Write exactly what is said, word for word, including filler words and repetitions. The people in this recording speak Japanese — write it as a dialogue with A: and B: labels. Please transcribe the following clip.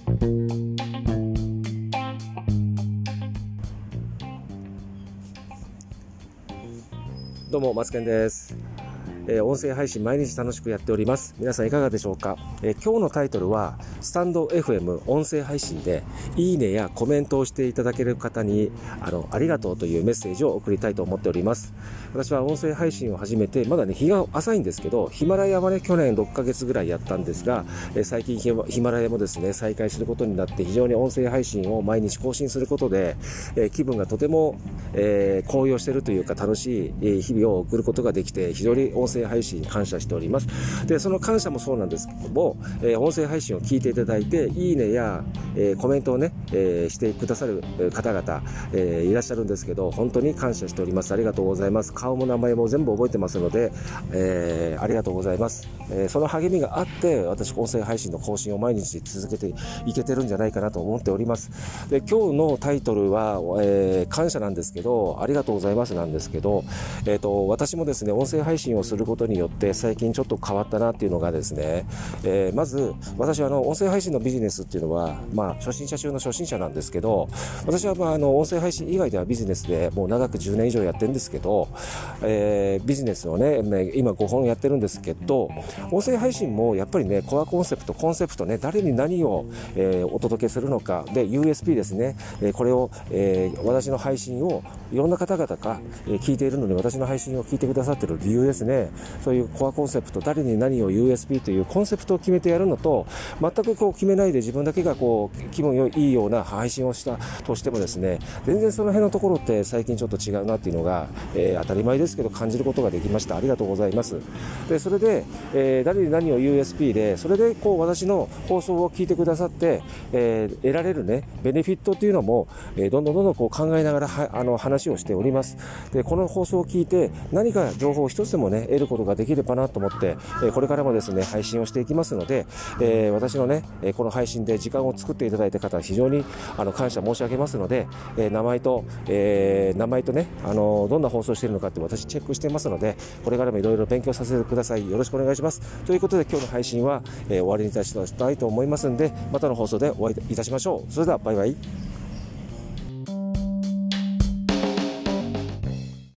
A: どうも、マツケンです。えー、音声配信毎日楽しくやっております。皆さんいかがでしょうか。えー、今日のタイトルはスタンド エフエム 音声配信でいいねやコメントをしていただける方にあのありがとうというメッセージを送りたいと思っております。私は音声配信を始めてまだね日が浅いんですけど、ヒマラヤはね去年ろっかげつぐらいやったんですが、えー、最近ヒマラヤもですね再開することになって、非常に音声配信を毎日更新することで、えー、気分がとても、えー、高揚しているというか楽しい、えー、日々を送ることができて、非常に音声配信に感謝しております。で、その感謝もそうなんですけども、えー、音声配信を聞いていただいていいねや、えー、コメントをね、えー、してくださる方々、えー、いらっしゃるんですけど、本当に感謝しております。ありがとうございます。顔も名前も全部覚えてますので、えー、ありがとうございます。えー、その励みがあって私音声配信の更新を毎日続けていけてるんじゃないかなと思っております。で、今日のタイトルは、えー、感謝なんですけど、ありがとうございますなんですけど、えーと、私もですね音声配信をすることによって最近ちょっと変わったなっていうのがですね、えー、まず私はあの音声配信のビジネスっていうのは、まあ、初心者中の初心者なんですけど、私はまああの音声配信以外ではビジネスでもう長くじゅうねん以上やってるんですけど、えー、ビジネスをね今ごほんやってるんですけど、音声配信もやっぱりねコアコンセプトコンセプトね、誰に何を、えー、お届けするのかで ユーエスピー ですね、えー、これを、えー、私の配信をいろんな方々が、えー、聞いているので、私の配信を聞いてくださっている理由ですね。そういうコアコンセプト、誰に何を ユーエスピー というコンセプトを決めてやるのと、全くこう決めないで自分だけがこう気分いいような配信をしたとしてもですね、全然その辺のところって最近ちょっと違うなっていうのが、えー、当たり前ですけど感じることができました。ありがとうございます。で、それで、えー、誰に何を ユーエスピー で、それでこう私の放送を聞いてくださって、えー、得られるねベネフィットっていうのも、えー、どんどんどんどんこう考えながらはあの話をしております。で、この放送を聞いて何か情報を一つでもね得ることができればなと思って、えー、これからもですね配信をしていきますので、えー、私のねこの配信で時間を作っていただいた方は非常にあの感謝申し上げますので、えー、名前と、えー、名前とねあのどんな放送をしているのかって私チェックしていますので、これからもいろいろ勉強させてください。よろしくお願いします。ということで今日の配信は、えー、終わりにいたしたいと思いますので、またの放送でお会いいたしましょう。それではバイバイ。